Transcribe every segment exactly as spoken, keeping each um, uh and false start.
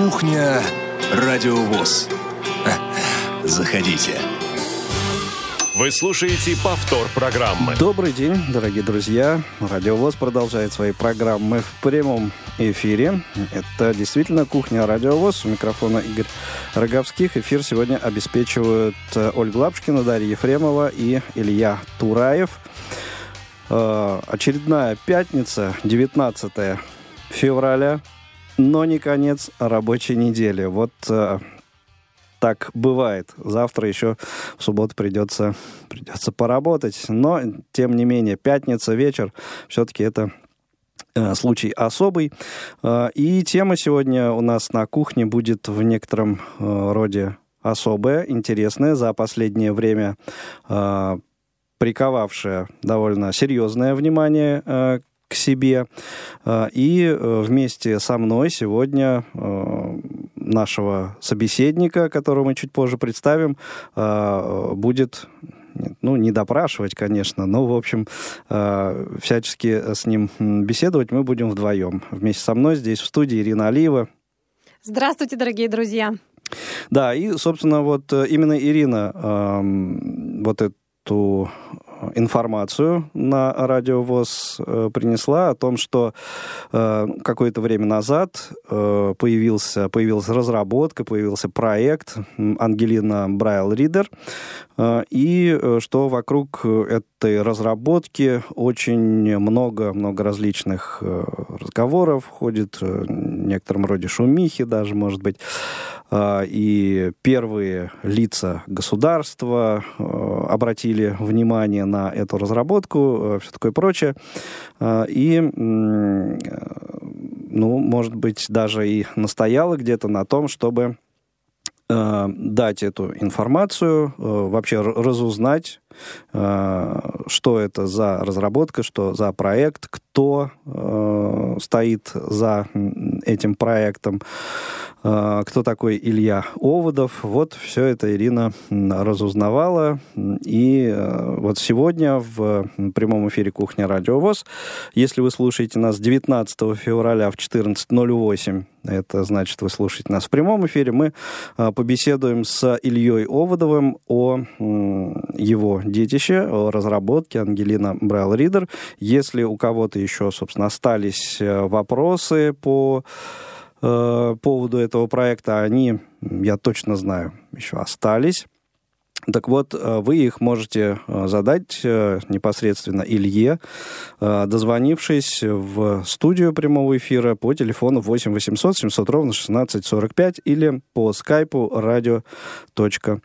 Кухня Радиовоз. Заходите. Вы слушаете повтор программы. Добрый день, дорогие друзья. Радиовоз продолжает свои программы в прямом эфире. Это действительно Кухня Радиовоз. У микрофона Игорь Роговских. Эфир сегодня обеспечивают Ольга Лапушкина, Дарья Ефремова и Илья Тураев. Очередная пятница, девятнадцатое февраля, но не конец рабочей недели. Вот так бывает. Завтра еще в субботу придется, придется поработать. Но, тем не менее, пятница, вечер, все-таки это э, случай особый. Э, и тема сегодня у нас на кухне будет в некотором э, роде особая, интересная, за последнее время э, приковавшая довольно серьезное внимание э, к себе. Э, и э, вместе со мной сегодня э, нашего собеседника, которого мы чуть позже представим, будет, ну, не допрашивать, конечно, но, в общем, всячески с ним беседовать мы будем вдвоем. Вместе со мной здесь в студии Ирина Алиева. Здравствуйте, дорогие друзья. Да, и, собственно, вот именно Ирина вот эту информацию на Радиовоз э, принесла о том, что э, какое-то время назад э, появился, появилась разработка, появился проект Ангелина Braille Reader, э, и э, что вокруг этой разработки очень много-много различных э, разговоров ходит, э, в некотором роде шумихи даже, может быть, э, и первые лица государства э, обратили внимание на эту разработку, все такое прочее. И, ну, может быть, даже и настояла где-то на том, чтобы дать эту информацию, вообще разузнать, что это за разработка, что за проект, кто стоит за этим проектом, кто такой Илья Оводов. Вот все это Ирина разузнавала. И вот сегодня в прямом эфире «Кухня Радиовоз», если вы слушаете нас девятнадцатого февраля в четырнадцать ноль восемь, это значит, вы слушаете нас в прямом эфире, мы побеседуем с Ильей Оводовым о его детище, о разработке Ангелина Braille Reader. Если у кого-то еще, собственно, остались вопросы по э, поводу этого проекта, они, я точно знаю, еще остались. Так вот, вы их можете задать непосредственно Илье, дозвонившись в студию прямого эфира по телефону восемь восемьсот семьсот ровно шестнадцать сорок пять или по скайпу радио точка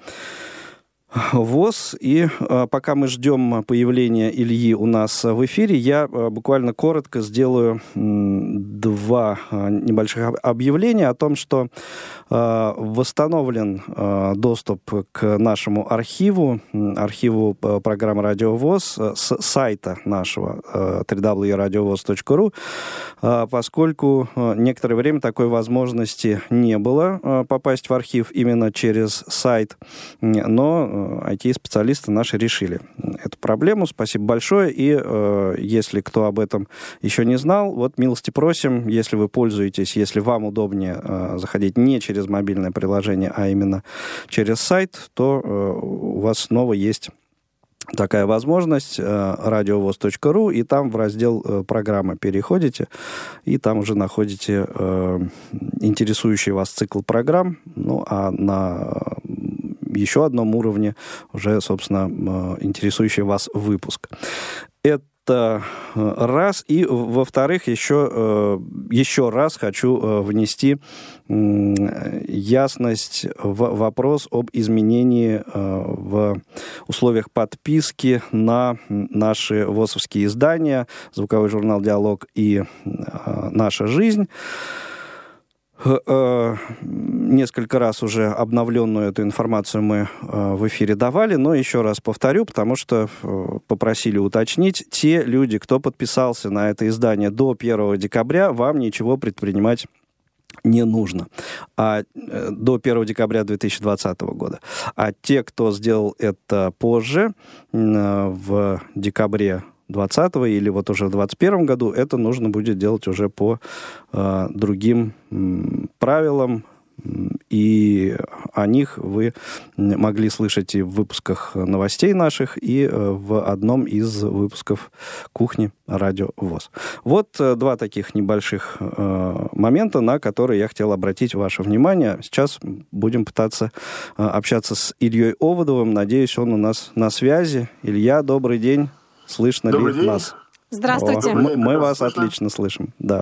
ВОЗ. И а, пока мы ждем появления Ильи у нас в эфире, я а, буквально коротко сделаю м, два а, небольших объявления о том, что а, восстановлен а, доступ к нашему архиву, архиву а, программы «Радиовоз» с сайта нашего а, дабл ю дабл ю дабл ю точка радиовоз точка ру, а, поскольку а, некоторое время такой возможности не было а, попасть в архив именно через сайт, но ай ти-специалисты наши решили эту проблему. Спасибо большое. И э, если кто об этом еще не знал, вот милости просим, если вы пользуетесь, если вам удобнее э, заходить не через мобильное приложение, а именно через сайт, то э, у вас снова есть такая возможность, радиовоз точка ру, и там в раздел э, «Программы» переходите, и там уже находите э, интересующий вас цикл программ, ну, а на еще одном уровне уже, собственно, интересующий вас выпуск. Это раз. И, во-вторых, еще, еще раз хочу внести ясность в вопрос об изменении в условиях подписки на наши ВОСовские издания, звуковой журнал «Диалог» и «Наша жизнь». Несколько раз уже обновленную эту информацию мы в эфире давали, но еще раз повторю, потому что попросили уточнить. Те люди, кто подписался на это издание до первого декабря, вам ничего предпринимать не нужно. А до первого декабря две тысячи двадцатого года. А те, кто сделал это позже, в декабре двадцатого или вот уже в двадцать первом году, это нужно будет делать уже по э, другим м, правилам, И о них вы могли слышать и в выпусках новостей наших, и в одном из выпусков «Кухни» Радио ВОС. Вот два таких небольших момента, на которые я хотел обратить ваше внимание. Сейчас будем пытаться общаться с Ильей Оводовым. Надеюсь, он у нас на связи. Илья, добрый день. Слышно добрый ли день. нас? Здравствуйте. О, мы, мы вас слышно? отлично слышим, да.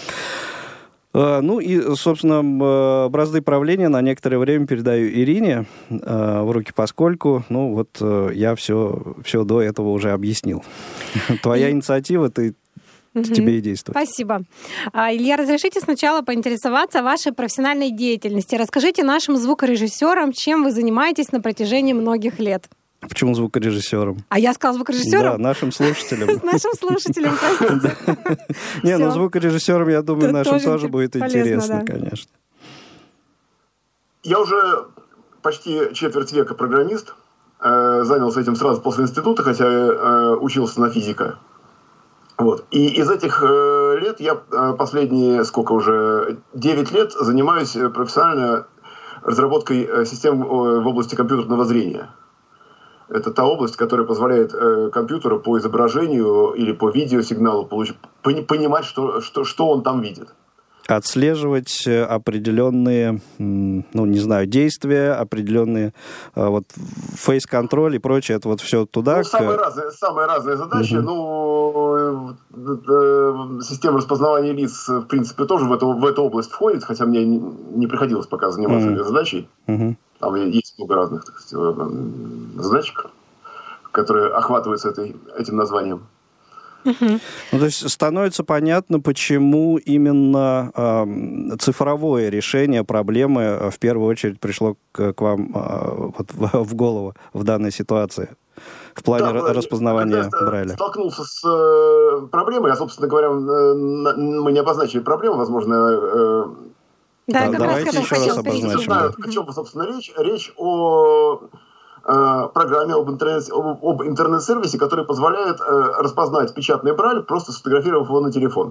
Ну и, собственно, бразды правления на некоторое время передаю Ирине в руки, поскольку, ну вот, я все, все до этого уже объяснил. Твоя инициатива, ты, угу. тебе и действует. Спасибо. Илья, разрешите сначала поинтересоваться вашей профессиональной деятельности. Расскажите нашим звукорежиссерам, чем вы занимаетесь на протяжении многих лет. Почему звукорежиссером? А я сказала звукорежиссером? Да, нашим слушателям. С нашим слушателем, простите. Не, ну звукорежиссером, я думаю, нашим тоже будет интересно, конечно. Я уже почти четверть века программист. Занялся этим сразу после института, хотя учился на физика. Вот. И из этих лет я последние, сколько уже, девять лет занимаюсь профессионально разработкой систем в области компьютерного зрения. Это та область, которая позволяет э, компьютеру по изображению или по видеосигналу получ... понимать, что, что, что он там видит. Отслеживать определенные, ну, не знаю, действия, определенные вот фейс-контроль и прочее, это вот все туда. Ну, самые, к... разные, самые разные задачи. Uh-huh. Ну, система распознавания лиц, в принципе, тоже в эту, в эту область входит, хотя мне не, не приходилось пока заниматься uh-huh. этой задачей. Uh-huh. Там есть много разных, так сказать, задачек, которые охватываются этой, этим названием. Uh-huh. Ну, то есть становится понятно, почему именно э, цифровое решение проблемы в первую очередь пришло к, к вам э, вот, в, в голову в данной ситуации, в плане да, распознавания когда Брайля. Я столкнулся с э, проблемой, а, собственно говоря, э, мы не обозначили проблему, возможно... Э, Да, да, как давайте раз еще раз обозначим. Знаю, да. О чем, собственно, речь. Речь о э, программе, об, интернет, об, об интернет-сервисе, который позволяет э, распознать печатный брайль, просто сфотографировав его на телефон.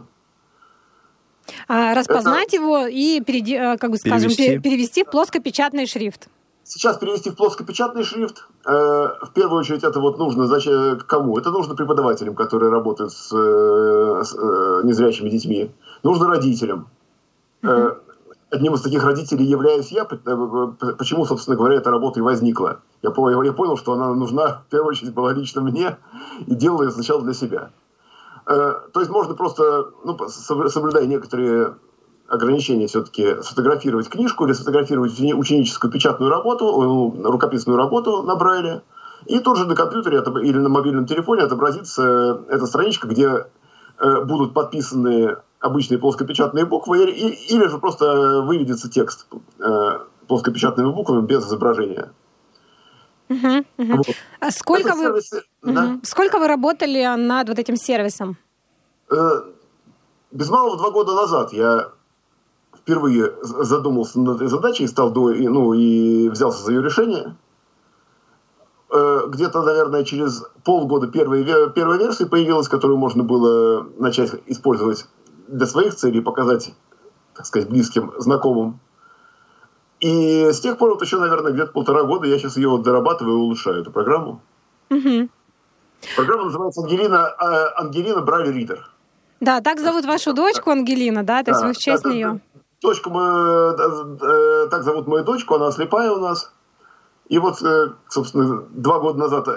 А, распознать Это... его и, переди, как бы скажем, перевести. перевести в плоскопечатный шрифт. Сейчас перевести в плоскопечатный шрифт, э, в первую очередь, это вот нужно, зачем, кому? Это нужно преподавателям, которые работают с, э, с э, незрячими детьми. Нужно родителям. Uh-huh. Э, Одним из таких родителей являюсь я, почему, собственно говоря, эта работа и возникла. Я понял, я понял, что она нужна, в первую очередь, была лично мне, и делал ее сначала для себя. То есть можно просто, ну, соблюдая некоторые ограничения, все-таки сфотографировать книжку или сфотографировать ученическую печатную работу, рукописную работу на Брайле, и тут же на компьютере или на мобильном телефоне отобразится эта страничка, где будут подписаны обычные плоскопечатные буквы, и, или же просто выведется текст э, плоскопечатными буквами без изображения. Uh-huh, uh-huh. Вот. А сколько, вы, сервисы, uh-huh. да? сколько вы работали над вот этим сервисом? Э, без малого два года назад я впервые задумался над этой задачей и стал до, и, ну, и взялся за ее решение. Э, где-то, наверное, через полгода первая, первая версия появилась, которую можно было начать использовать для своих целей, показать, так сказать, близким, знакомым. И с тех пор, вот еще, наверное, где-то полтора года я сейчас ее вот дорабатываю и улучшаю, эту программу. Угу. Программа называется Ангелина, Ангелина Брайль Ридер. Да, так зовут вашу дочку Ангелина, да? То есть да, вы в честь да, нее? Дочку мы, так зовут мою дочку, она слепая у нас. И вот, собственно, два года назад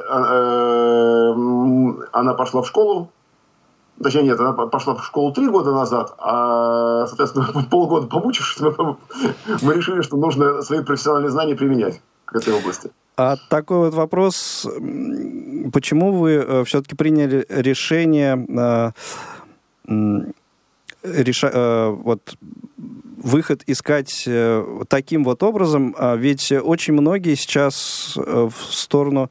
она пошла в школу. Точнее, нет, она пошла в школу три года назад, а, соответственно, полгода помучившись, мы, мы решили, что нужно свои профессиональные знания применять к этой области. А такой вот вопрос, почему вы все-таки приняли решение, реша, вот, выход искать таким вот образом? Ведь очень многие сейчас в сторону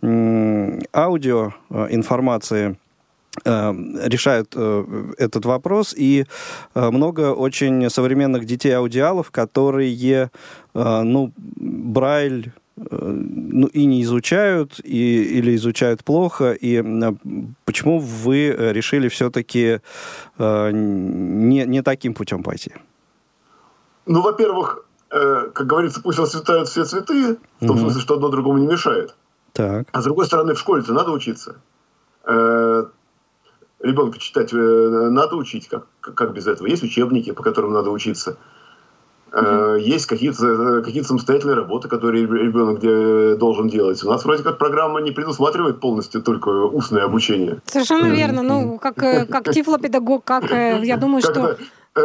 аудиоинформации решают этот вопрос, и много очень современных детей-аудиалов, которые, ну, Брайль, ну, и не изучают, и, или изучают плохо, и почему вы решили все-таки не, не таким путем пойти? Ну, во-первых, э, как говорится, пусть расцветают все цветы, в том mm-hmm. смысле, что одно другому не мешает. Так. А с другой стороны, в школе-то надо учиться. Э, ребенка читать э, надо учить, как, как без этого. Есть учебники, по которым надо учиться. Mm-hmm. Есть какие-то, какие-то самостоятельные работы, которые ребенок должен делать. У нас вроде как программа не предусматривает полностью только устное обучение. Совершенно верно. Ну, как, как тифлопедагог, как я думаю, что...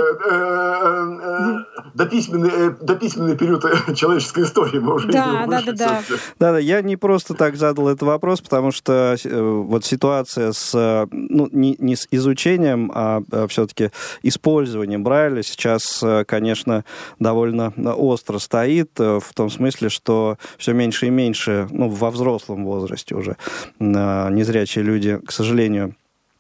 Дописьменный, дописьменный период человеческой истории мы уже да, да, да, да. Да, да, я не просто так задал этот вопрос, потому что вот ситуация с, ну, не, не с изучением, а все-таки использованием Брайля сейчас, конечно, довольно остро стоит, в том смысле, что все меньше и меньше, ну, во взрослом возрасте уже незрячие люди, к сожалению,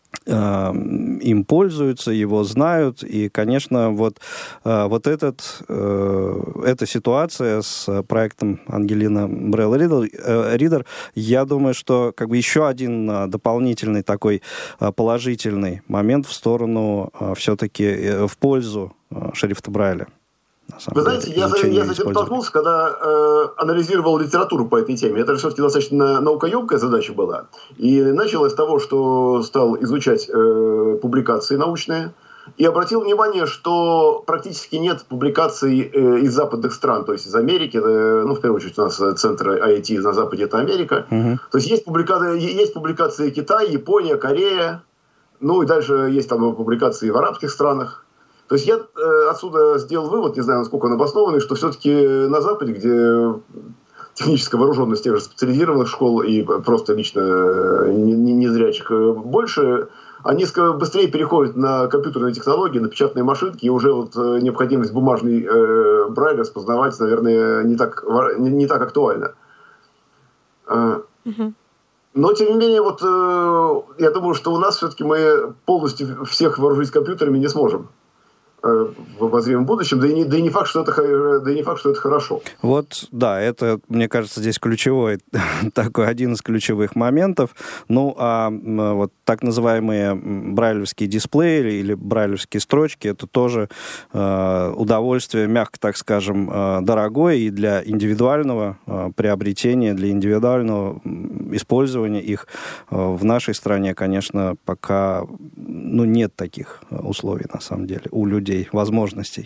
им пользуются, его знают, и, конечно, вот, вот этот, эта ситуация с проектом Ангелина Брейл Ридер, я думаю, что как бы еще один дополнительный такой положительный момент в сторону, все-таки в пользу шрифта Брайля. Вы знаете, я, я с этим столкнулся, когда э, анализировал литературу по этой теме. Это же все-таки достаточно наукоемкая задача была. И началось с того, что стал изучать э, публикации научные. И обратил внимание, что практически нет публикаций э, из западных стран, то есть из Америки. Э, ну, в первую очередь, у нас центр ай ти на Западе – это Америка. Uh-huh. То есть есть публикации, есть публикации Китая, Япония, Корея. Ну, и дальше есть там публикации в арабских странах. То есть я э, отсюда сделал вывод, не знаю, насколько он обоснованный, что все-таки на Западе, где техническая вооруженность тех же специализированных школ и просто лично незрячих больше, они быстрее переходят на компьютерные технологии, на печатные машинки, и уже вот необходимость бумажный э, Брайль распознавать, наверное, не так, не, не так актуальна. Uh-huh. Но, тем не менее, вот э, я думаю, что у нас все-таки мы полностью всех вооружить компьютерами не сможем в обозримом будущем, да и, не, да, и не факт, что это, да и не факт, что это хорошо. Вот, да, это, мне кажется, здесь ключевой, такой один из ключевых моментов. Ну, а вот так называемые брайлевские дисплеи или брайлевские строчки, это тоже э, удовольствие, мягко так скажем, э, дорогое и для индивидуального э, приобретения, для индивидуального использования их э, в нашей стране, конечно, пока ну, нет таких условий, на самом деле, у людей, возможностей.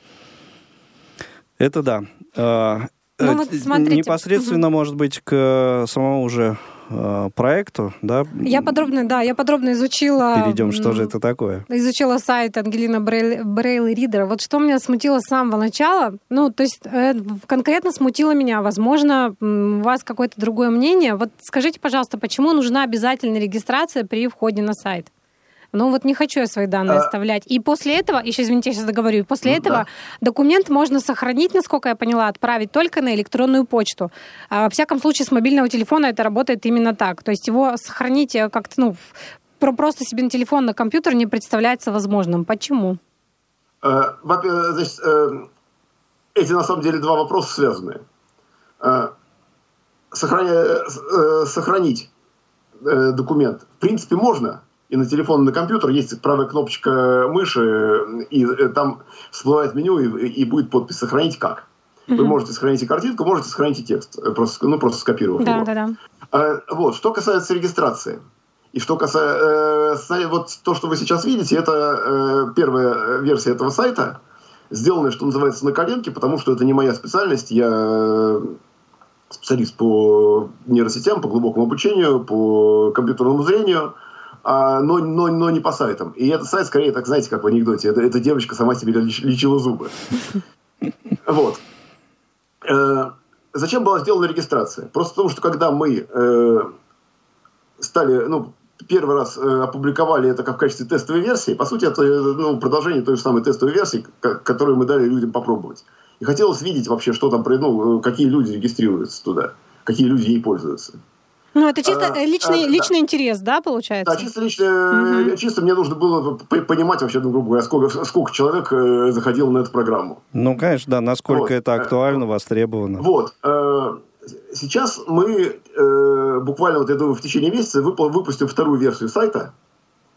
Это да. Ну, вот смотрите. Непосредственно, угу. может быть, к самому уже проекту, да? Я подробно, да, я подробно изучила... Перейдем, что же это такое? Изучила сайт Ангелина Брейл, Брейл Ридер. Вот что меня смутило с самого начала, ну, то есть конкретно смутило меня, возможно, у вас какое-то другое мнение. Вот скажите, пожалуйста, почему нужна обязательная регистрация при входе на сайт? Ну вот не хочу я свои данные а... оставлять. И после этого, еще, извините, я сейчас договорю, после ну, этого да. документ можно сохранить, насколько я поняла, отправить только на электронную почту. А, во всяком случае, с мобильного телефона это работает именно так. То есть его сохранить как-то, ну, просто себе на телефон, на компьютер не представляется возможным. Почему? А, значит, эти, на самом деле, два вопроса связаны. Сохраня... Сохранить документ, в принципе, можно. И на телефон, и на компьютер есть правая кнопочка мыши, и там всплывает меню, и, и будет подпись «Сохранить как». Mm-hmm. Вы можете сохранить и картинку, можете сохранить и текст, просто, ну, просто скопировав да, его. Да, да. А, вот. Что касается регистрации, и что касается... Э, вот то, что вы сейчас видите, это э, первая версия этого сайта, сделанная, что называется, на коленке, потому что это не моя специальность, я специалист по нейросетям, по глубокому обучению, по компьютерному зрению, А, но, но, но не по сайтам. И этот сайт, скорее, так знаете, как в анекдоте, это, эта девочка сама себе лечила зубы. Вот. Э, зачем была сделана регистрация? Просто потому, что когда мы э, стали, ну, первый раз э, опубликовали это как в качестве тестовой версии, по сути, это ну, продолжение той же самой тестовой версии, к- которую мы дали людям попробовать. И хотелось видеть вообще, что там, ну, какие люди регистрируются туда, какие люди ей пользуются. Ну, это чисто а, личный, а, личный да. интерес, да, получается? Да, чисто лично, угу. чисто мне нужно было понимать вообще, ну, грубо говоря, сколько, сколько человек заходило на эту программу. Ну, конечно, да, насколько вот. это актуально, востребовано. Вот. Сейчас мы буквально, вот, я думаю, в течение месяца выпустим вторую версию сайта,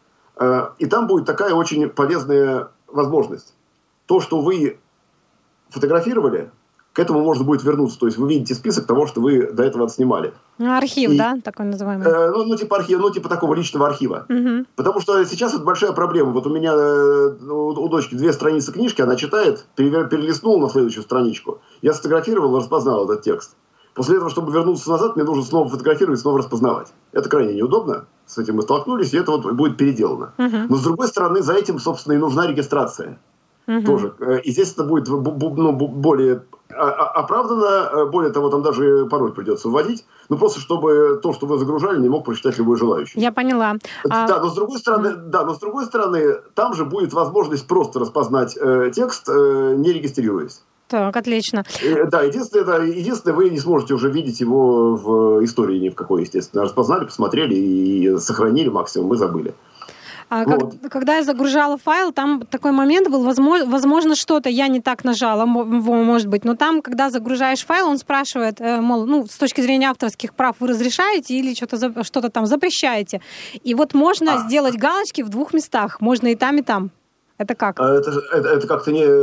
и там будет такая очень полезная возможность. То, что вы фотографировали, к этому можно будет вернуться. То есть вы видите список того, что вы до этого отснимали. Архив, и, да, такой называемый? Э, ну, ну, типа архив, ну, типа такого личного архива. Угу. Потому что сейчас это большая проблема. Вот у меня э, у, у дочки две страницы книжки, она читает, перелистнула на следующую страничку. Я сфотографировал и распознал этот текст. После этого, чтобы вернуться назад, мне нужно снова фотографировать, снова распознавать. Это крайне неудобно. С этим мы столкнулись, и это вот будет переделано. Угу. Но, с другой стороны, за этим, собственно, и нужна регистрация. Угу. Тоже. И здесь это будет ну, более оправданно. Более того, там даже пароль придется вводить. Ну, просто чтобы то, что вы загружали, не мог прочитать любой желающий. Я поняла. Да, но с другой стороны, угу. да, но с другой стороны, там же будет возможность просто распознать э, текст, э, не регистрируясь. Так, отлично. Да, единственное, да, единственное, вы не сможете уже видеть его в истории ни в какой, естественно. Распознали, посмотрели и сохранили максимум, мы забыли. А вот. как, когда я загружала файл, там такой момент был, возможно, возможно, что-то я не так нажала, может быть, но там, когда загружаешь файл, он спрашивает, мол, ну, с точки зрения авторских прав вы разрешаете или что-то, что-то там запрещаете. И вот можно а. сделать галочки в двух местах, можно и там, и там. Это как? Это, это, это как-то не...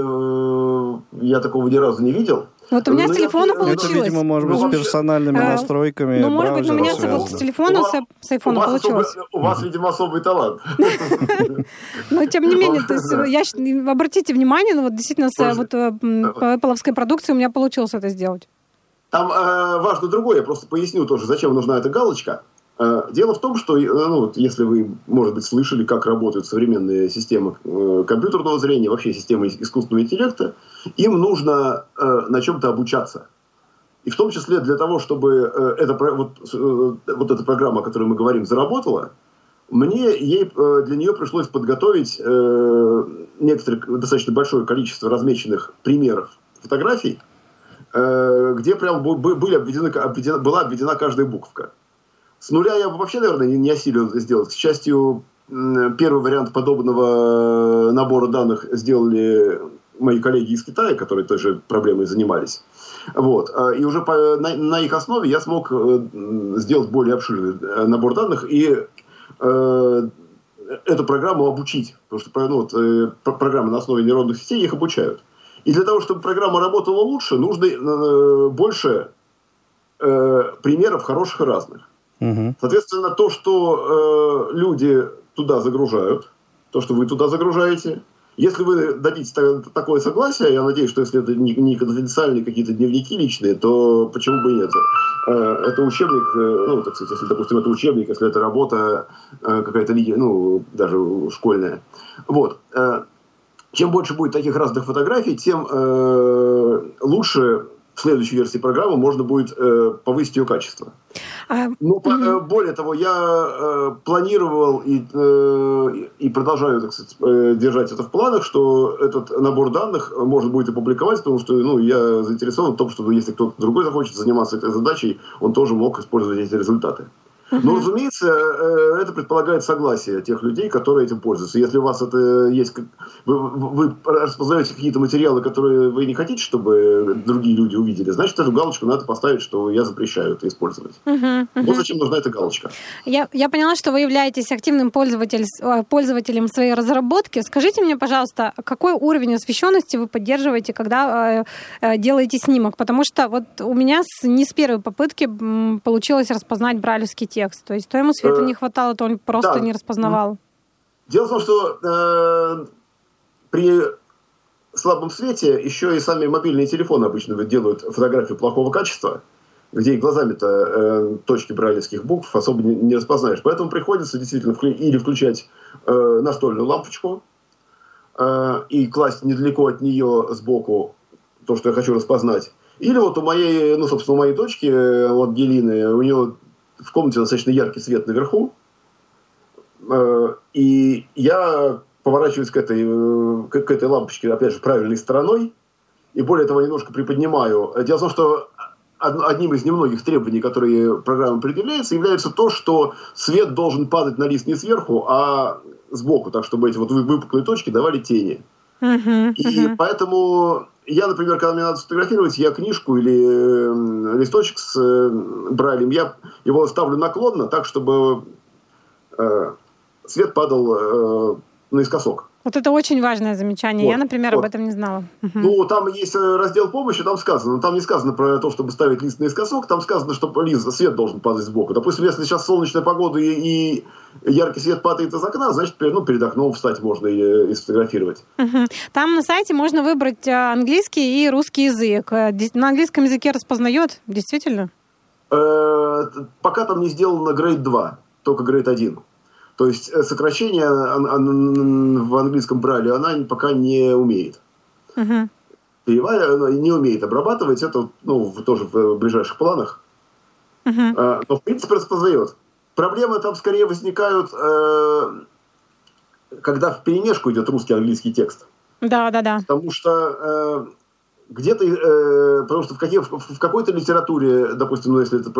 Я такого ни разу не видел. Вот у меня но с телефона я, получилось. Это, видимо, может быть, ну, с персональными а, настройками. Ну, может быть, у меня с, с телефона, с, с айфона получилось. Особый, у вас, видимо, особый талант. Но, тем не менее, то есть, я, обратите внимание, ну, вот действительно, с вот, по Apple-овской продукции у меня получилось это сделать. Там э, важно другое, я просто поясню тоже, зачем нужна эта галочка. Дело в том, что, ну, если вы, может быть, слышали, как работают современные системы компьютерного зрения, вообще системы искусственного интеллекта, им нужно э, на чем-то обучаться. И в том числе для того, чтобы э, эта, вот, э, вот эта программа, о которой мы говорим, заработала, мне ей, э, для нее пришлось подготовить э, некоторое достаточно большое количество размеченных примеров фотографий, э, где прям были обведены, обведена, была обведена каждая буковка. С нуля я вообще, наверное, не осилил это сделать. К счастью, первый вариант подобного набора данных сделали мои коллеги из Китая, которые той же проблемой занимались. Вот. И уже по, на, на их основе я смог сделать более обширный набор данных и э, эту программу обучить. Потому что ну, вот, э, программы на основе нейронных сетей их обучают. И для того, чтобы программа работала лучше, нужно э, больше э, примеров хороших и разных. Угу. Соответственно, то, что э, люди туда загружают, то, что вы туда загружаете, если вы дадите та- такое согласие, я надеюсь, что если это не, не конфиденциальные какие-то дневники личные, то почему бы и нет? Э, это учебник, э, ну, так сказать, если, допустим, это учебник, если это работа э, какая-то, ну, даже школьная. Вот. Э, чем больше будет таких разных фотографий, тем э, лучше в следующей версии программы можно будет э, повысить ее качество. А, Но, угу. Более того, я э, планировал и, э, и продолжаю, так сказать, э, держать это в планах, что этот набор данных можно будет опубликовать, потому что ну, я заинтересован в том, что если кто-то другой захочет заниматься этой задачей, он тоже мог использовать эти результаты. Uh-huh. Но, разумеется, это предполагает согласие тех людей, которые этим пользуются. Если у вас это есть, вы, вы распознаете какие-то материалы, которые вы не хотите, чтобы другие люди увидели, значит, эту галочку надо поставить, что я запрещаю это использовать. Uh-huh. Uh-huh. Вот зачем нужна эта галочка. Я, я поняла, что вы являетесь активным пользователь, пользователем своей разработки. Скажите мне, пожалуйста, какой уровень освещенности вы поддерживаете, когда э, делаете снимок? Потому что вот у меня с, не с первой попытки получилось распознать брайлевский текст. Текст. То есть то ему света не хватало, то он просто да. не распознавал. Дело в том, что э, при слабом свете еще и сами мобильные телефоны обычно делают фотографию плохого качества, где и глазами-то э, точки брайлевских букв особо не, не распознаешь. Поэтому приходится действительно вклю- или включать э, настольную лампочку э, и класть недалеко от нее сбоку то, что я хочу распознать. Или вот у моей, ну, собственно, у моей дочки, вот Гелины, у нее в комнате достаточно яркий свет наверху, и я поворачиваюсь к этой, к этой лампочке, опять же, правильной стороной, и более того, немножко приподнимаю. Дело в том, что одним из немногих требований, которые программе предъявляются, является то, что свет должен падать на лист не сверху, а сбоку, так чтобы эти вот выпуклые точки давали тени. Uh-huh, и uh-huh. поэтому я, например, когда мне надо сфотографировать, я книжку или э, листочек с э, брайлем, я его ставлю наклонно, так, чтобы э, свет падал э, наискосок. Вот это очень важное замечание. Вот, Я, например, вот. об этом не знала. Ну, там есть раздел помощи, там сказано. Но там не сказано про то, чтобы ставить лист наискосок, там сказано, что лист, свет должен падать сбоку. Допустим, если сейчас солнечная погода и, и яркий свет падает из окна, значит, ну, перед окном встать можно и, и сфотографировать. Угу. Там на сайте можно выбрать английский и русский язык. На английском языке распознает, действительно? Пока там не сделано грейд два, только грейд один. То есть сокращение в английском брайле она пока не умеет. Uh-huh. Не умеет обрабатывать, это ну, тоже в ближайших планах. Uh-huh. Но в принципе распознает. Проблемы там скорее возникают, когда вперемешку идет русский и английский текст. Да, да, да. Потому что где-то, потому что в, каких, в какой-то литературе, допустим, ну, если это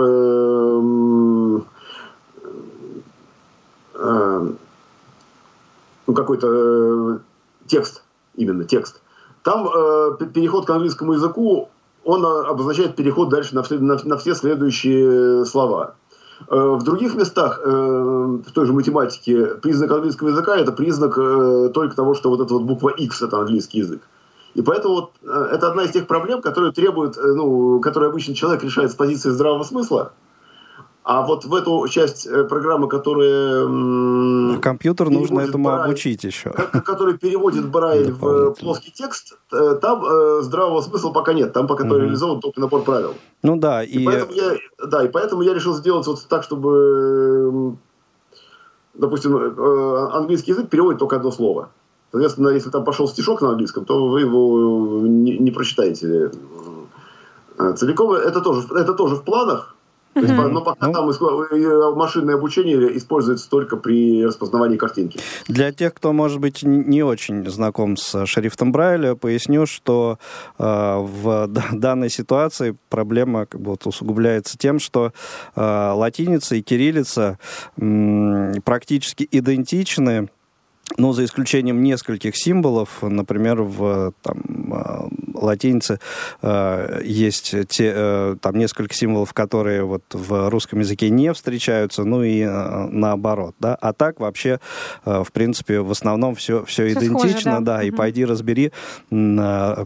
ну, какой-то текст, именно текст, там э, переход к английскому языку, он обозначает переход дальше на, на, на все следующие слова. Э, в других местах, э, в той же математике, признак английского языка – это признак э, только того, что вот эта вот буква X – это английский язык. И поэтому вот, э, это одна из тех проблем, которые требуют, э, ну, которые обычно человек решает с позиции здравого смысла. А вот в эту часть программы, которая... Компьютер нужно этому Брайль, обучить еще. Который переводит Брайль в плоский текст, там э, здравого смысла пока нет. Там пока mm-hmm. реализован только набор правил. Ну да. И, и... Поэтому я, да, и поэтому я решил сделать вот так, чтобы, допустим, английский язык переводит только одно слово. Соответственно, если там пошел стишок на английском, то вы его не, не прочитаете целиком. Это тоже, это тоже в планах. То есть, mm-hmm. Но пока ну, там машинное обучение используется только при распознавании картинки. Для тех, кто, может быть, не очень знаком с шрифтом Брайля, поясню, что э, в данной ситуации проблема как бы, вот, усугубляется тем, что э, латиница и кириллица м, практически идентичны, ну, за исключением нескольких символов. Например, в там, латинице э, есть те, э, там несколько символов, которые вот в русском языке не встречаются, ну и э, наоборот, да. А так вообще, э, в принципе, в основном все, все, все идентично, схоже, да, да угу. И пойди разбери на,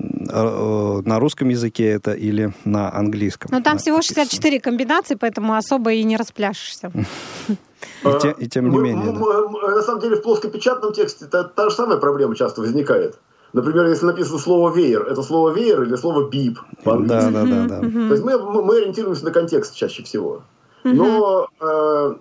э, на русском языке это или на английском. Но там всего шестьдесят четыре комбинации, поэтому особо и не распляшешься. И, те, и тем не мы, менее. Мы, да. На самом деле в плоскопечатном тексте та, та же самая проблема часто возникает. Например, если написано слово «веер», это слово «веер» или слово «бип» по-английски. Да, да, да, да. То есть мы, мы ориентируемся на контекст чаще всего. Но э,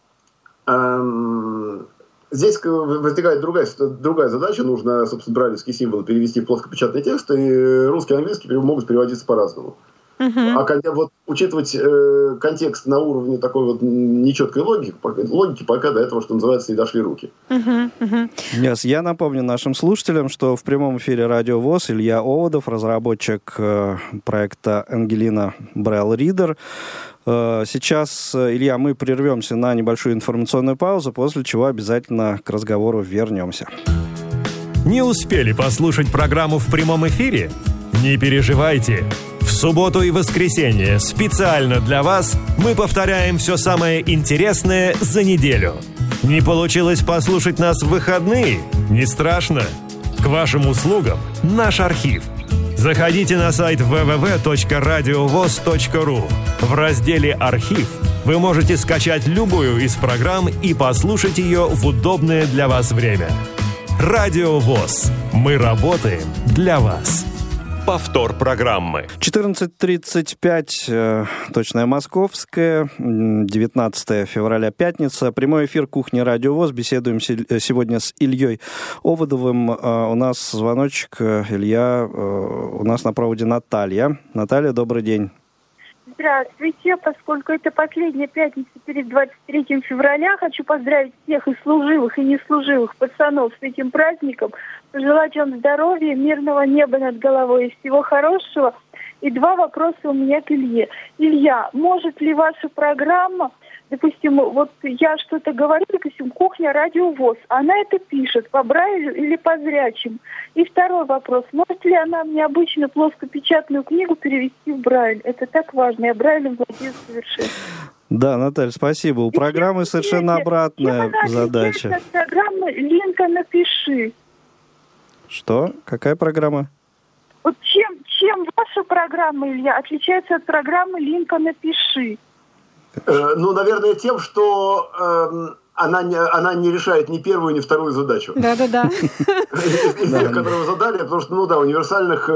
э, здесь возникает другая, другая задача. Нужно, собственно, брайлевские символы перевести в плоскопечатный текст, и русский и английский могут переводиться по-разному. Uh-huh. А когда вот учитывать э, контекст на уровне такой вот нечеткой логики, логики пока до этого, что называется, не дошли руки. Uh-huh. Uh-huh. Yes. Я напомню нашим слушателям, что в прямом эфире Радио ВОС Илья Оводов, разработчик э, проекта Ангелина Braille Reader. Э, сейчас, Илья, мы прервемся на небольшую информационную паузу, после чего обязательно к разговору вернемся. Не успели послушать программу в прямом эфире? Не переживайте. В субботу и воскресенье специально для вас мы повторяем все самое интересное за неделю. Не получилось послушать нас в выходные? Не страшно. К вашим услугам наш архив. Заходите на сайт дабл ю дабл ю дабл ю точка радиовос точка ру. В разделе «Архив» вы можете скачать любую из программ и послушать ее в удобное для вас время. Радио ВОС. Мы работаем для вас. Повтор программы. четырнадцать тридцать пять, э, точная московская, девятнадцатое февраля, пятница. Прямой эфир «Кухни Радио ВОС». Беседуем сегодня с Ильей Оводовым. Э, у нас звоночек. Илья, э, у нас на проводе Наталья. Наталья, добрый день. Здравствуйте. Поскольку это последняя пятница перед двадцать третьим февраля, хочу поздравить всех и служивых, и неслуживых пацанов с этим праздником, пожелать вам здоровья, мирного неба над головой и всего хорошего. И два вопроса у меня к Илье. Илья, может ли ваша программа, допустим, вот я что-то говорю, допустим, «Кухня Радио ВОС», она это пишет по Брайлю или по зрячим? И второй вопрос, может ли она мне обычно плоскопечатную книгу перевести в Брайль? Это так важно, я Брайлем владею совершенно. Да, Наталья, спасибо. У программы совершенно обратная задача. Программа «Линка, напиши». Что? Какая программа? Вот чем, чем ваша программа, Илья, отличается от программы «Линка, напиши»? Э, ну, наверное, тем, что э, она, не, она не решает ни первую, ни вторую задачу. Да-да-да. Из тех, которые вы задали, потому что, ну да, универсальных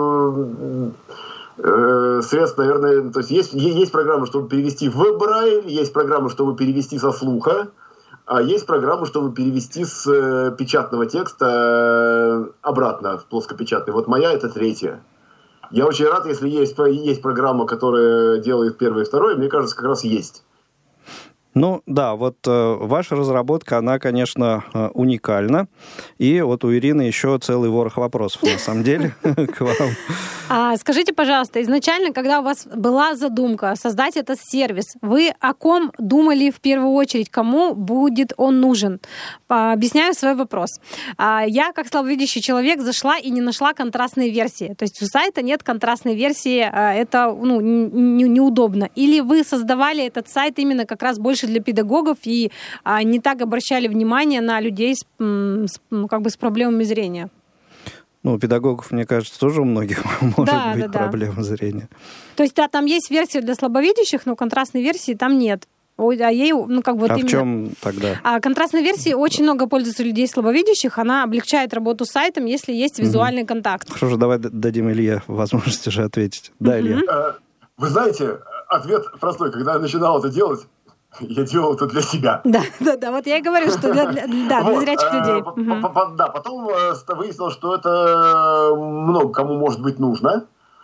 средств, наверное, то есть есть, есть программа, чтобы перевести в Брайль, есть программа, чтобы перевести со слуха, а есть программа, чтобы перевести с печатного текста обратно в плоскопечатный. Вот моя это третья. Я очень рад, если есть, есть программа, которая делает первое и второе, мне кажется, как раз есть. Ну да, вот э, ваша разработка, она, конечно, э, уникальна. И вот у Ирины еще целый ворох вопросов, на самом деле, к вам. А, скажите, пожалуйста, изначально, когда у вас была задумка создать этот сервис, вы о ком думали в первую очередь, кому будет он нужен? Объясняю свой вопрос. А, я, как слабовидящий человек, зашла и не нашла контрастной версии. То есть у сайта нет контрастной версии, а, это ну, не, неудобно. Или вы создавали этот сайт именно как раз больше для педагогов и а, не так обращали внимание на людей с, с, ну, как бы с проблемами зрения? Ну, у педагогов, мне кажется, тоже у многих может да, быть да, проблема зрения. То есть, да, там есть версия для слабовидящих, но контрастной версии там нет. Ой, а ей, ну, как бы, вот а именно... в чем тогда? А контрастной версии очень много пользуется людей слабовидящих. Она облегчает работу с сайтом, если есть визуальный угу. контакт. Хорошо, давай дадим Илье возможность уже ответить. Да, угу. Илья? Вы знаете, ответ простой. Когда я начинал это делать, я делал это для себя. Да, да, да. Вот я и говорю, что для, для, да, для зрячих людей. Да, потом выяснилось, что это много кому может быть нужно.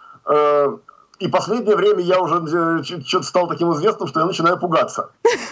И последнее время я уже что-то стал таким известным, что я начинаю пугаться.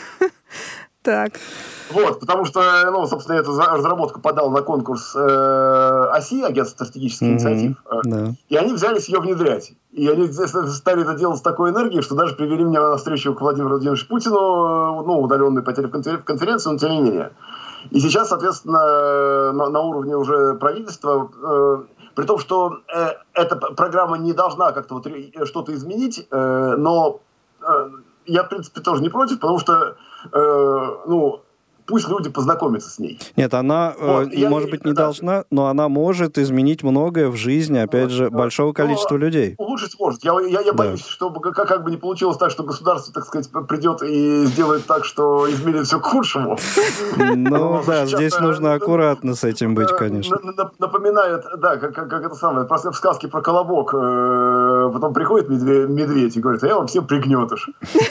Так. Вот, потому что, ну, собственно, я эту разработку подал на конкурс э, ОСИ, Агентство стратегических mm-hmm. инициатив, э, да. И они взялись ее внедрять. И они стали это делать с такой энергией, что даже привели меня на встречу к Владимиру Владимировичу Путину, ну, удаленную по телеконференцию, но тем не менее. И сейчас, соответственно, на, на уровне уже правительства, э, при том, что э, эта программа не должна как-то вот что-то изменить, э, но э, я, в принципе, тоже не против, потому что, э, ну, пусть люди познакомятся с ней. Нет, она, вот, э, может я, быть, не да, должна, но она может изменить многое в жизни, опять вот, же, большого количества но, людей. Улучшить может. Я, я, я да. боюсь, чтобы как, как бы не получилось так, что государство, так сказать, придет и сделает так, что изменит все к худшему. Ну да, здесь нужно аккуратно с этим быть, конечно. Напоминает, да, как это самое, просто в сказке про Колобок, потом приходит медведь и говорит, а я вам всем пригнетыш.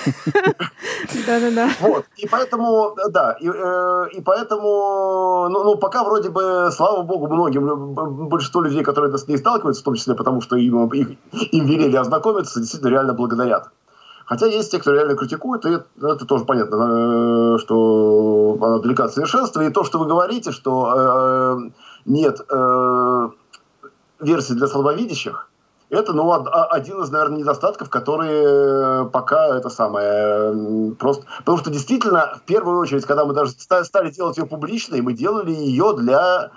Да-да-да. Вот, и поэтому, да, и поэтому, ну, ну, пока вроде бы, слава богу, многим, большинство людей, которые с ней сталкиваются, в том числе потому, что им, их, им велели ознакомиться, действительно реально благодарят. Хотя есть те, кто реально критикует, и это, это тоже понятно, что она далека от совершенства. И то, что вы говорите, что э, нет э, версий для слабовидящих, это, ну, один из, наверное, недостатков, которые пока это самое просто... Потому что действительно, в первую очередь, когда мы даже стали делать ее публичной, мы делали ее для,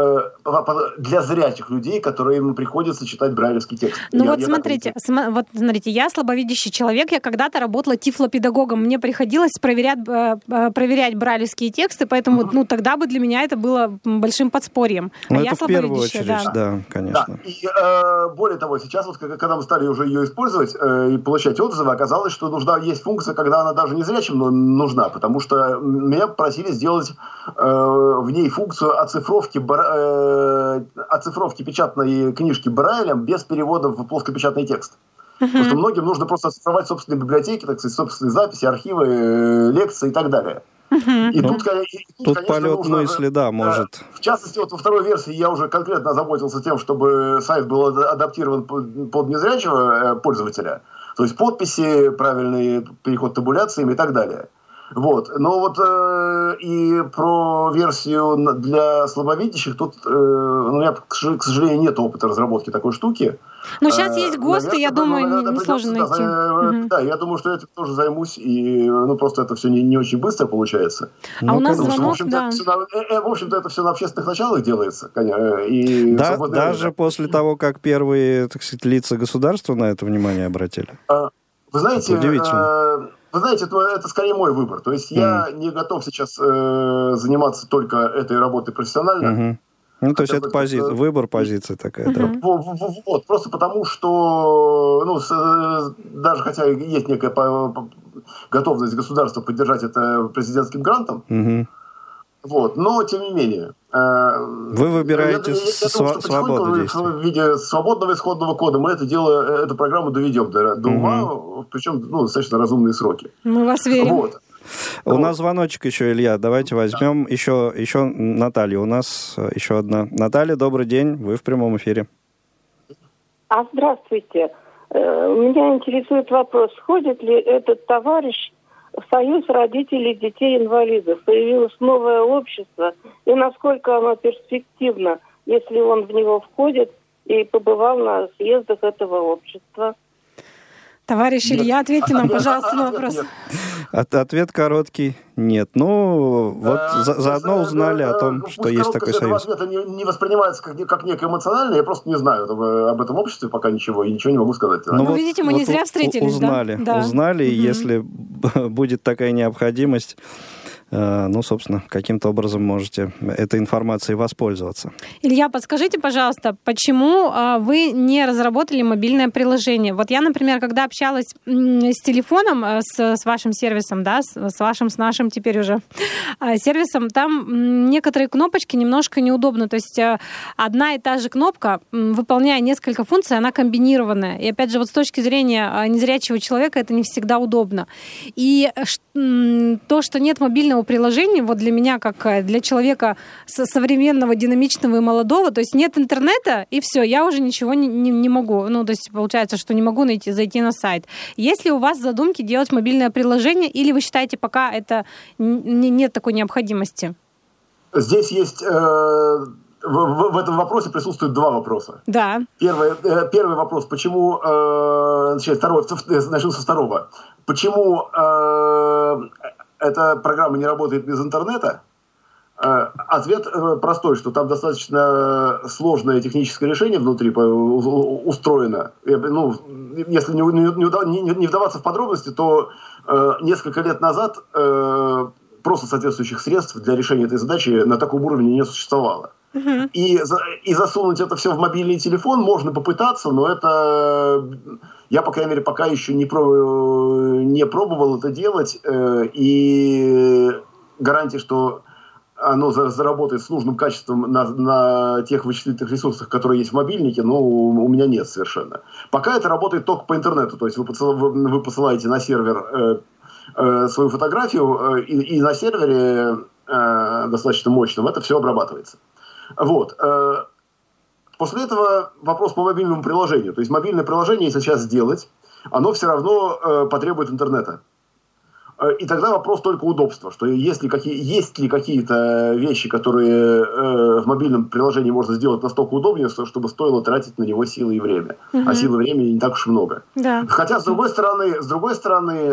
для зрячих людей, которым приходится читать брайлевский текст. Ну я, вот, я смотрите, см- вот смотрите, я слабовидящий человек, я когда-то работала тифлопедагогом, мне приходилось проверять, проверять брайлевские тексты, поэтому, uh-huh. ну, тогда бы для меня это было большим подспорьем. Ну, а это я в первую очередь, да, да конечно. Да. И, э, более того, сейчас, вот, когда мы стали уже ее использовать э, и получать отзывы, оказалось, что нужна, есть функция, когда она даже не зрячим нужна, потому что меня просили сделать э, в ней функцию оцифровки, э, оцифровки печатной книжки Брайлем без перевода в плоскопечатный текст. Uh-huh. Потому что многим нужно просто оцифровать собственные библиотеки, так сказать, собственные записи, архивы, э, лекции и так далее. Uh-huh. И, ну, тут, и тут, тут конечно, полет нужно, мысли, да, может. В частности, вот во второй версии я уже конкретно озаботился тем, чтобы сайт был адаптирован под незрячего пользователя. То есть подписи, правильный переход табуляциями и так далее. Вот. Но вот э, и про версию для слабовидящих тут э, ну, у меня, к сожалению, нет опыта разработки такой штуки. Ну, сейчас есть ГОСТы, я думаю, не, не сложно найти. Да, угу. да, я думаю, что я этим тоже займусь, и ну, просто это все не, не очень быстро получается. А ну, у нас конечно. звонок, в общем-то, да. это все, в общем-то, это все на общественных началах делается. И да, даже время. После того, как первые, так сказать, лица государства на это внимание обратили. Вы знаете, удивительно. Вы знаете, это, это скорее мой выбор. То есть mm. я не готов сейчас э, заниматься только этой работой профессионально. Mm-hmm. Ну, то есть это пози... выбор позиции такая, mm-hmm. да? Вот, просто потому что, ну, с, даже хотя есть некая по, по, готовность государства поддержать это президентским грантом, mm-hmm. вот, но тем не менее. Э, Вы выбираете я, я, я думаю, что свободу действий. В виде свободного исходного кода мы это дело, эту программу доведем до, до mm-hmm. ума, причем ну, достаточно разумные сроки. Мы вас верим. Вот. У вот. нас звоночек еще, Илья. Давайте возьмем да. еще, еще Наталью. У нас еще одна. Наталья, добрый день. Вы в прямом эфире. А, здравствуйте. Меня интересует вопрос. Входит ли этот товарищ в Союз родителей детей-инвалидов? Появилось новое общество. И насколько оно перспективно, если он в него входит и побывал на съездах этого общества? Товарищ Илья, ответьте нам, пожалуйста, на вопрос. От, ответ короткий. Нет. Ну, вот а, за, заодно узнали а, о том, что есть такой союз. Это не, не воспринимается как, как некое эмоциональное. Я просто не знаю об этом обществе пока ничего, и ничего не могу сказать. Ну, вот, видите, мы вот не зря встретились, узнали, да? Узнали, угу. и если будет такая необходимость, ну, собственно, каким-то образом можете этой информацией воспользоваться. Илья, подскажите, пожалуйста, почему вы не разработали мобильное приложение? Вот я, например, когда общалась с телефоном, с, с вашим сервисом, да, с, с вашим, с нашим теперь уже сервисом, там некоторые кнопочки немножко неудобны. То есть одна и та же кнопка, выполняя несколько функций, она комбинированная. И опять же, вот с точки зрения незрячего человека это не всегда удобно. И то, что нет мобильного приложения, вот для меня, как для человека современного, динамичного и молодого, то есть нет интернета, и все, я уже ничего не, не, не могу. Ну, то есть получается, что не могу найти, зайти на сайт. Есть ли у вас задумки делать мобильное приложение, или вы считаете, пока это не, нет такой необходимости? Здесь есть... Э... В, в, в этом вопросе присутствуют два вопроса. Да. Первый, э, первый вопрос, почему... Э, значит, второй, начну со второго. Почему э, эта программа не работает без интернета? Э, ответ э, простой, что там достаточно сложное техническое решение внутри по, у, устроено. Э, ну, если не, не, не, не вдаваться в подробности, то э, несколько лет назад э, просто соответствующих средств для решения этой задачи на таком уровне не существовало. Uh-huh. И, и засунуть это все в мобильный телефон можно попытаться, но это я, по крайней мере, пока еще не, про, не пробовал это делать, и гарантии, что оно заработает с нужным качеством на, на тех вычислительных ресурсах, которые есть в мобильнике, ну, у меня нет совершенно. Пока это работает только по интернету, то есть вы, посыл, вы посылаете на сервер э, э, свою фотографию, э, и, и на сервере э, достаточно мощном это все обрабатывается. Вот. После этого вопрос по мобильному приложению. То есть мобильное приложение, если сейчас сделать, оно все равно потребует интернета. И тогда вопрос только удобства, что есть ли, какие, есть ли какие-то вещи, которые в мобильном приложении можно сделать настолько удобнее, чтобы стоило тратить на него силы и время. Угу. А силы и времени не так уж много. Да. Хотя, с другой стороны, с другой стороны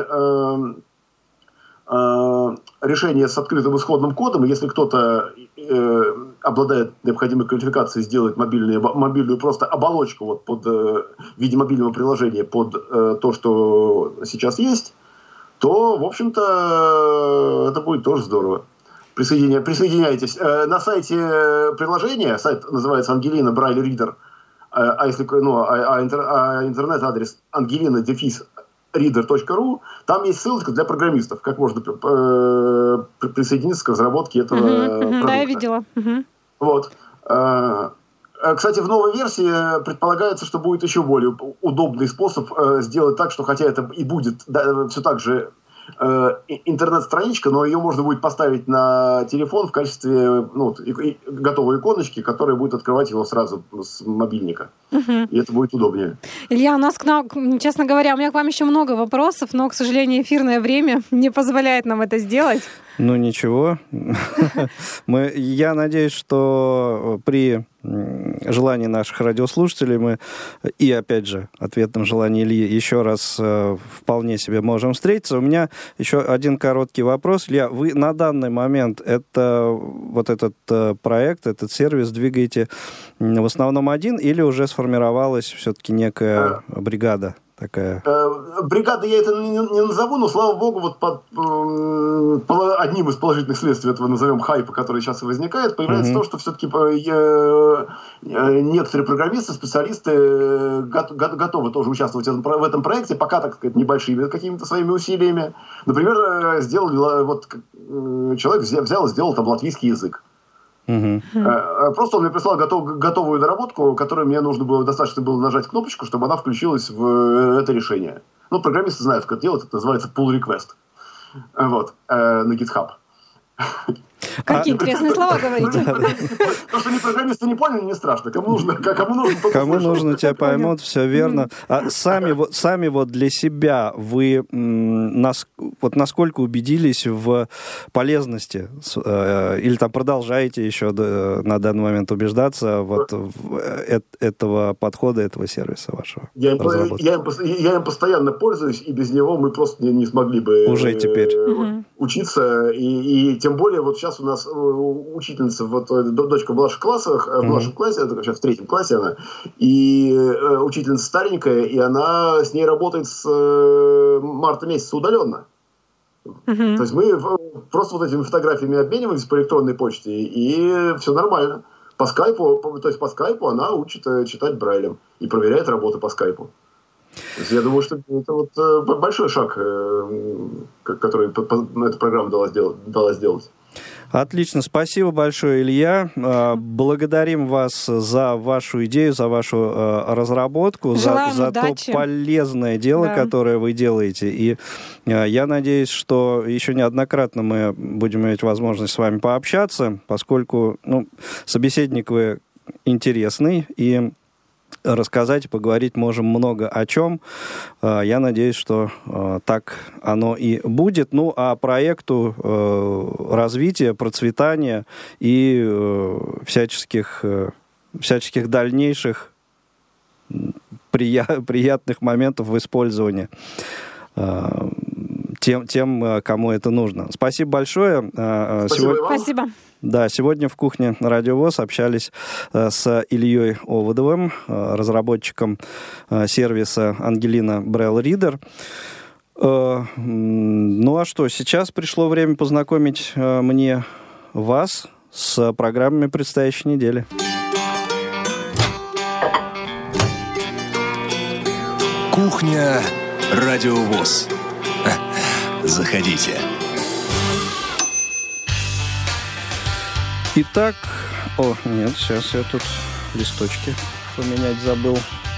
решение с открытым исходным кодом, если кто-то э, обладает необходимой квалификацией сделать мобильную, мобильную просто оболочку вот под, э, в виде мобильного приложения под э, то, что сейчас есть, то, в общем-то, это будет тоже здорово. Присоединя, присоединяйтесь. Э, на сайте приложения, сайт называется Ангелина Braille Reader, э, а, если, ну, а, а, интер, а интернет-адрес Ангелина дефис reader точка ру, там есть ссылочка для программистов, как можно э, присоединиться к разработке этого uh-huh, uh-huh, продукта. Да, я видела. Uh-huh. Вот. Э, кстати, в новой версии предполагается, что будет еще более удобный способ э, сделать так, что хотя это и будет да, все так же э, интернет-страничка, но ее можно будет поставить на телефон в качестве ну, и, и, готовой иконочки, которая будет открывать его сразу с мобильника. Угу. И это будет удобнее. Илья, у нас, к нам, честно говоря, у меня к вам еще много вопросов, но, к сожалению, эфирное время не позволяет нам это сделать. Ну, ничего. Мы, я надеюсь, что при желании наших радиослушателей мы и, опять же, ответном желании Ильи еще раз э, вполне себе можем встретиться. У меня еще один короткий вопрос. Илья, вы на данный момент это, вот этот э, проект, этот сервис двигаете в основном один или уже сформировалась все-таки некая бригада такая? Бригада я это не, не назову, но, слава богу, вот под, э, одним из положительных следствий этого, назовем, хайпа, который сейчас возникает, появляется mm-hmm. то, что все-таки э, э, некоторые программисты, специалисты э, го- го- готовы тоже участвовать в этом проекте, пока, так сказать, небольшими какими-то своими усилиями. Например, сделали, вот, человек взял и сделал там латвийский язык. Uh-huh. Просто он мне прислал готов, готовую доработку, которую мне нужно было, достаточно было нажать кнопочку, чтобы она включилась в это решение. Ну, программисты знают, как это делать, это называется pull request. Вот, на GitHub. Какие а... интересные слова говорите. То, что не программисты не поняли, не страшно. Кому нужно, кому нужно, кому нужно тебя поймут, все верно. А сами, вот, сами вот для себя вы нас, вот насколько убедились в полезности, или там продолжаете еще на данный момент убеждаться вот в этого подхода, этого сервиса вашего? Я им, я, им, я им постоянно пользуюсь, и без него мы просто не, не смогли бы уже теперь учиться. И, и тем более вот сейчас у нас учительница, вот дочка в младших классах, mm-hmm. в младшем классе, это сейчас в третьем классе она, и э, учительница старенькая, и она с ней работает с э, марта месяца удаленно. Mm-hmm. То есть мы просто вот этими фотографиями обмениваемся по электронной почте, и все нормально. По скайпу, по, то есть по скайпу она учит читать Брайлем и проверяет работу по скайпу. То есть я думаю, что это вот э, большой шаг, э, который по, по, эта программа дала сделать. Дала сделать. Отлично, спасибо большое, Илья. Благодарим вас за вашу идею, за вашу разработку, за, за то полезное дело, да. которое вы делаете. И я надеюсь, что еще неоднократно мы будем иметь возможность с вами пообщаться, поскольку ну, собеседник вы интересный, и рассказать и поговорить можем много о чем. Я надеюсь, что так оно и будет. Ну, а проекту развития, процветания и всяческих, всяческих дальнейших прия- приятных моментов в использовании тем, тем, кому это нужно. Спасибо большое. Спасибо. Сегодня... Спасибо. Да, сегодня в кухне Радио ВОС общались с Ильей Оводовым, разработчиком сервиса Ангелина Braille Reader. Ну а что, сейчас пришло время познакомить мне вас с программами предстоящей недели. Кухня Радио ВОС. Заходите. Итак, о, нет, сейчас я тут листочки поменять забыл.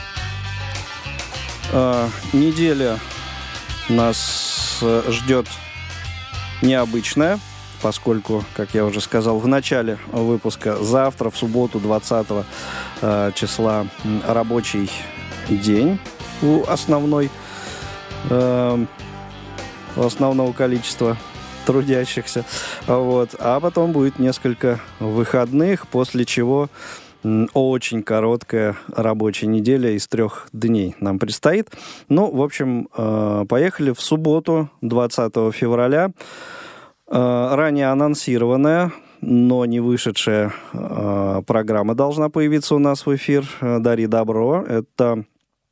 А, неделя нас ждет необычная, поскольку, как я уже сказал в начале выпуска, завтра, в субботу, двадцатого числа, рабочий день у основной, э, у основного количества трудящихся, вот. А потом будет несколько выходных, после чего очень короткая рабочая неделя из трех дней нам предстоит. Ну, в общем, поехали в субботу, двадцатого февраля. Ранее анонсированная, но не вышедшая программа должна появиться у нас в эфир. «Дари добро». Это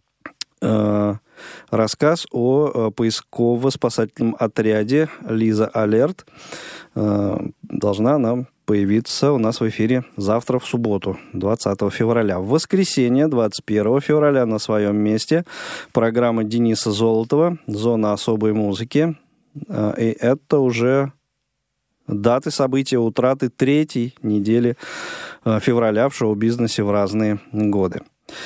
рассказ о поисково-спасательном отряде «Лиза Алерт». Должна она появиться у нас в эфире завтра, в субботу, двадцатого февраля. В воскресенье, двадцать первого февраля, на своем месте программа Дениса Золотова «Зона особой музыки». И это уже даты события утраты третьей недели февраля в шоу-бизнесе в разные годы.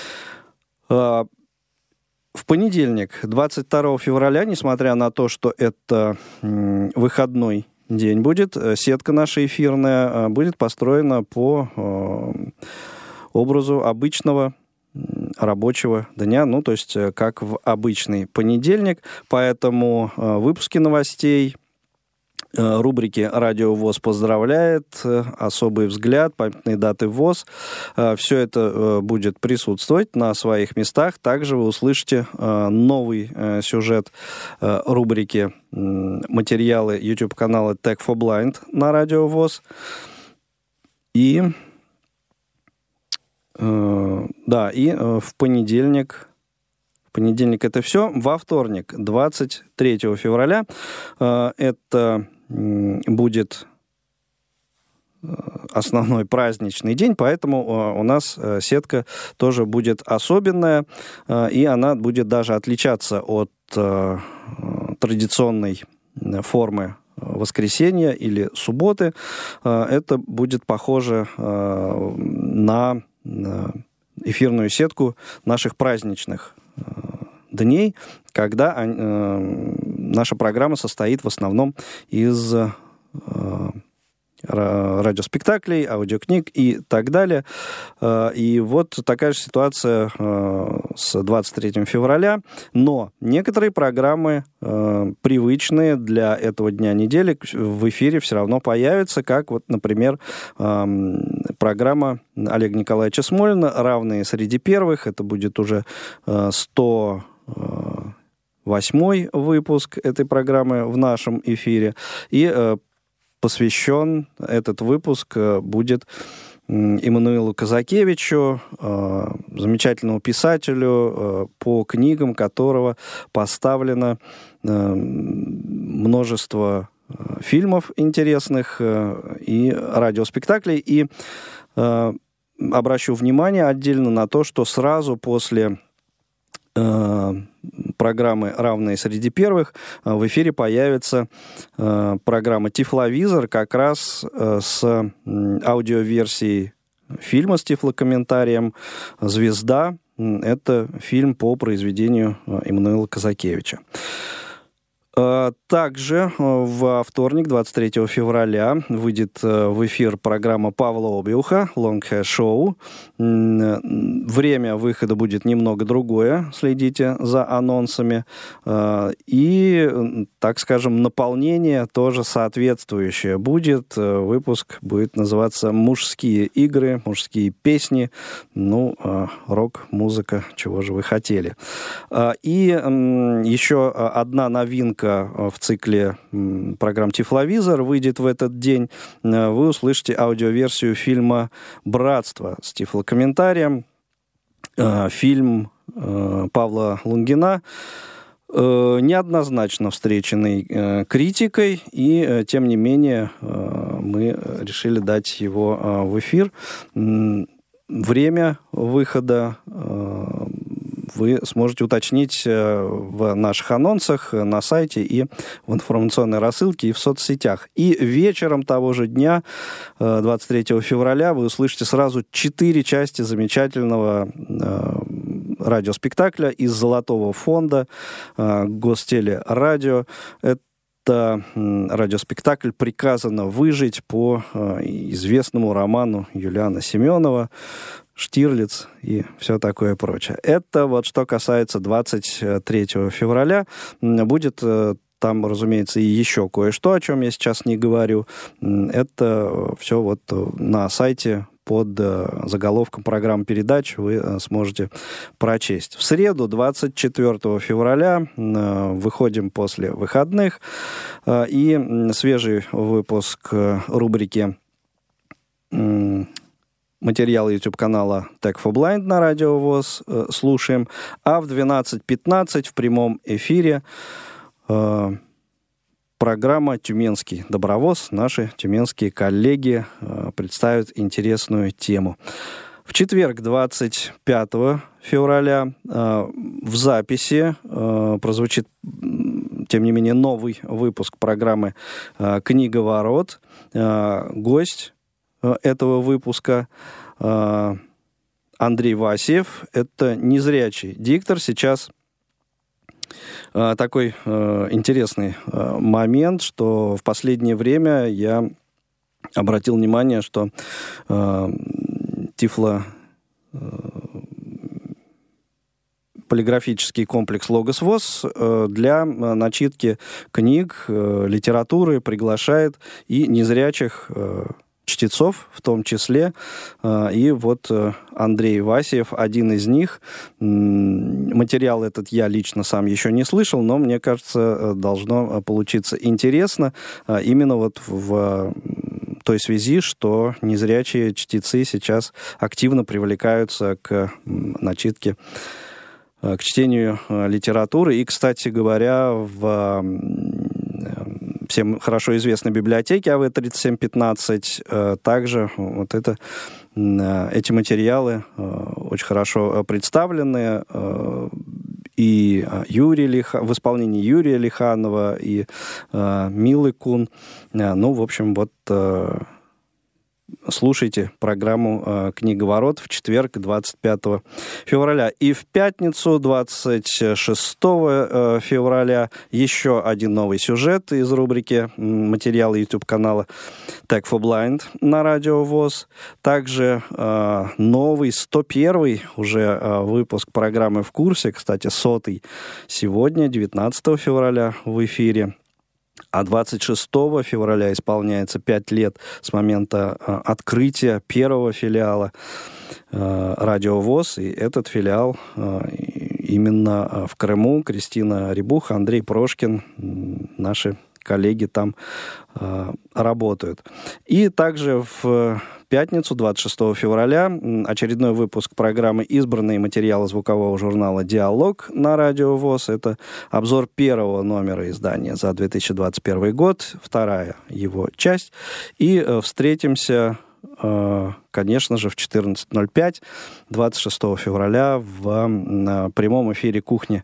В понедельник, двадцать второго февраля, несмотря на то, что это выходной день будет, сетка наша эфирная будет построена по образу обычного рабочего дня, ну, то есть как в обычный понедельник. Поэтому выпуски новостей, рубрики «Радио ВОС поздравляет», «Особый взгляд», «Памятные даты ВОС». Все это будет присутствовать на своих местах. Также вы услышите новый сюжет рубрики «Материалы» YouTube-канала Tech for Blind на Радио ВОС. И, да, и в понедельник, понедельник это все. Во вторник, двадцать третьего февраля, это будет основной праздничный день, поэтому у нас сетка тоже будет особенная, и она будет даже отличаться от традиционной формы воскресенья или субботы. Это будет похоже на эфирную сетку наших праздничных дней, когда наша программа состоит в основном из радиоспектаклей, аудиокниг и так далее. И вот такая же ситуация с двадцать третьего февраля. Но некоторые программы, привычные для этого дня недели, в эфире все равно появятся, как вот, например, программа Олега Николаевича Смолина «Равные среди первых». Это будет уже сто восьмой выпуск этой программы в нашем эфире. И посвящен этот выпуск будет Иммануилу Казакевичу, замечательному писателю, по книгам которого поставлено множество фильмов интересных и радиоспектаклей. И обращу внимание отдельно на то, что сразу после программы «Равные среди первых» в эфире появится э, программа «Тифловизор» как раз э, с аудиоверсией фильма с тифлокомментарием «Звезда». Это фильм по произведению Иммануила Казакевича. Также во вторник, двадцать третьего февраля, выйдет в эфир программа Павла Обиуха «Long Hair Show». Время выхода будет немного другое, следите за анонсами. И, так скажем, наполнение тоже соответствующее будет. Выпуск будет называться «Мужские игры», «Мужские песни». Ну, рок-музыка, чего же вы хотели. И еще одна новинка в цикле программ «Тифловизор» выйдет в этот день. Вы услышите аудиоверсию фильма «Братство» с тифлокомментарием. Фильм Павла Лунгина, неоднозначно встреченный критикой, и, тем не менее, мы решили дать его в эфир. Время выхода вы сможете уточнить в наших анонсах на сайте и в информационной рассылке, и в соцсетях. И вечером того же дня, двадцать третьего февраля, вы услышите сразу четыре части замечательного радиоспектакля из Золотого фонда Гостелерадио. Это радиоспектакль «Приказано выжить» по известному роману Юлиана Семенова, Штирлиц и все такое прочее. Это вот что касается двадцать третьего февраля. Будет там, разумеется, и еще кое-что, о чем я сейчас не говорю. Это все вот на сайте под заголовком программ передач вы сможете прочесть. В среду, двадцать четвертого февраля, выходим после выходных, и свежий выпуск рубрики материалы YouTube-канала Tech for Blind на Радио ВОС э, слушаем. А в двенадцать пятнадцать в прямом эфире э, программа «Тюменский добровоз». Наши тюменские коллеги э, представят интересную тему. В четверг, двадцать пятого февраля, э, в записи э, прозвучит, тем не менее, новый выпуск программы э, «Книговорот». Э, гость этого выпуска Андрей Васиев. Это незрячий диктор. Сейчас такой интересный момент, что в последнее время я обратил внимание, что тифло полиграфический комплекс «Логос ВОС» для начитки книг, литературы приглашает и незрячих чтецов в том числе. И вот Андрей Васиев, один из них. Материал этот я лично сам еще не слышал, но, мне кажется, должно получиться интересно. Именно вот в той связи, что незрячие чтецы сейчас активно привлекаются к начитке к чтению литературы. И, кстати говоря, в всем хорошо известной библиотеке А В тридцать семь пятнадцать также вот это, эти материалы очень хорошо представлены. И Юрий Лиха, в исполнении Юрия Лиханова, и Милы Кун. Ну, в общем, вот... Слушайте программу э, «Книговорот» в четверг, двадцать пятого февраля. И в пятницу, двадцать шестого февраля, еще один новый сюжет из рубрики материала YouTube-канала Tech for Blind на Радио ВОС. Также э, новый, сто первый уже э, выпуск программы «В курсе», кстати, сотый, сегодня, девятнадцатого февраля, в эфире. А двадцать шестого февраля исполняется пять лет с момента э, открытия первого филиала э, Радио ВОС. И этот филиал э, именно в Крыму. Кристина Рябуха, Андрей Прошкин, наши коллеги там э, работают. И также в пятницу, двадцать шестого февраля, очередной выпуск программы «Избранные материалы» звукового журнала «Диалог» на Радио ВОС. Это обзор первого номера издания за две тысячи двадцать первый год, вторая его часть. И э, встретимся, э, конечно же, в четырнадцать ноль пять, двадцать шестого февраля в э, прямом эфире «Кухни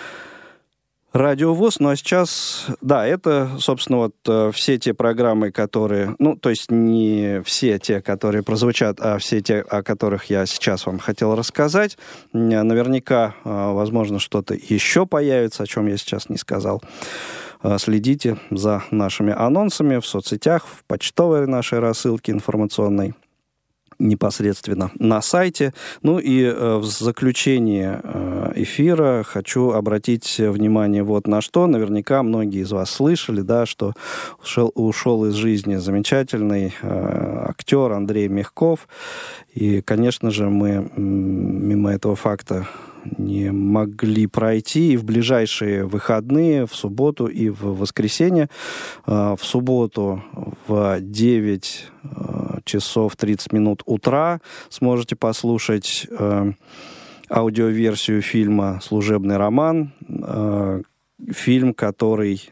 Радио ВОС». Ну, а сейчас, да, это, собственно, вот э, все те программы, которые, ну, то есть не все те, которые прозвучат, а все те, о которых я сейчас вам хотел рассказать. Наверняка, э, возможно, что-то еще появится, о чем я сейчас не сказал. Э, следите за нашими анонсами в соцсетях, в почтовой нашей рассылке информационной, непосредственно на сайте. Ну и э, в заключении э, эфира хочу обратить внимание вот на что. Наверняка многие из вас слышали, да, что ушел, ушел из жизни замечательный э, актер Андрей Мягков. И, конечно же, мы м, мимо этого факта не могли пройти. И в ближайшие выходные, в субботу и в воскресенье, э, в субботу в девять часов тридцать минут утра сможете послушать э, аудиоверсию фильма «Служебный роман». Э, фильм, который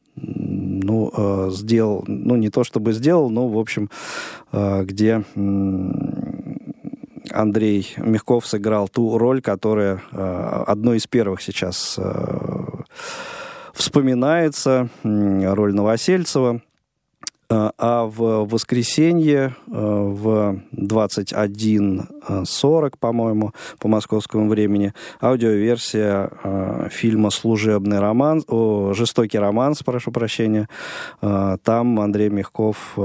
ну, э, сделал, ну, не то чтобы сделал, но, в общем, э, где э, Андрей Мягков сыграл ту роль, которая э, одной из первых сейчас э, вспоминается, э, роль Новосельцева. А в воскресенье в двадцать один сорок, по-моему, по московскому времени, аудиоверсия фильма «Служебный роман», о, «Жестокий романс», прошу прощения. Там Андрей Мягков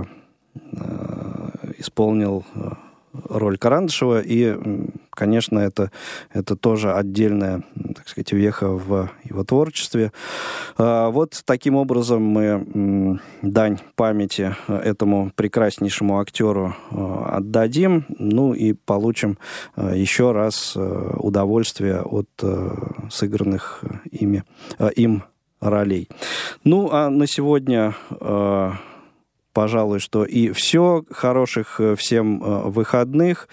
исполнил роль Карандышева, и, конечно, это, это тоже отдельная, так сказать, веха в его творчестве. Вот таким образом мы дань памяти этому прекраснейшему актеру отдадим, ну и получим еще раз удовольствие от сыгранных ими, им ролей. Ну, а на сегодня... Пожалуй, что и все. Хороших всем выходных,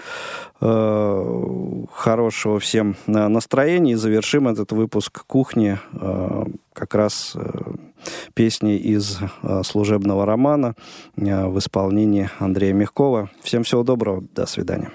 хорошего всем настроения. И завершим этот выпуск «Кухни» как раз песней из «Служебного романа» в исполнении Андрея Мягкова. Всем всего доброго. До свидания.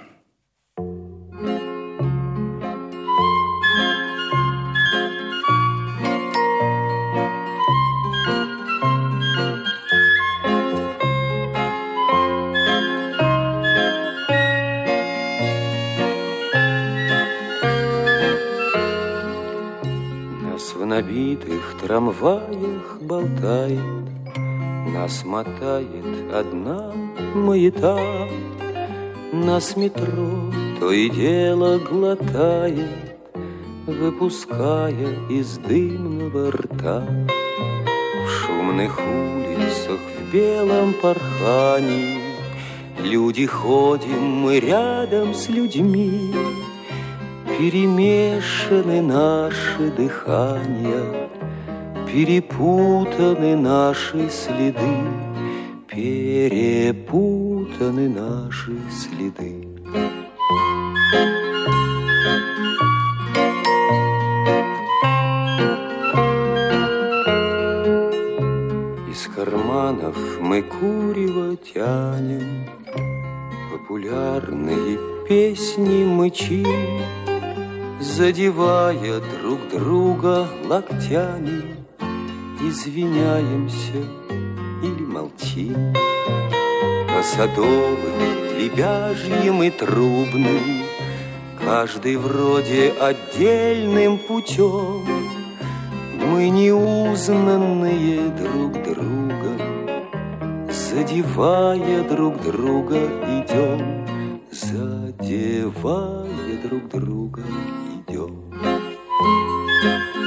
В набитых трамваях болтает, нас мотает одна маята. Нас метро то и дело глотает, выпуская из дымного рта. В шумных улицах в белом порхании люди ходим, мы рядом с людьми. Перемешаны наши дыхания, перепутаны наши следы, перепутаны наши следы. карманов мы курево тянем, популярные песни мычим, задевая друг друга локтями, извиняемся или молчим. По садовым, лебяжьим и трубным, каждый вроде отдельным путем, мы неузнанные друг другом, задевая друг друга идем, задевая друг друга идем.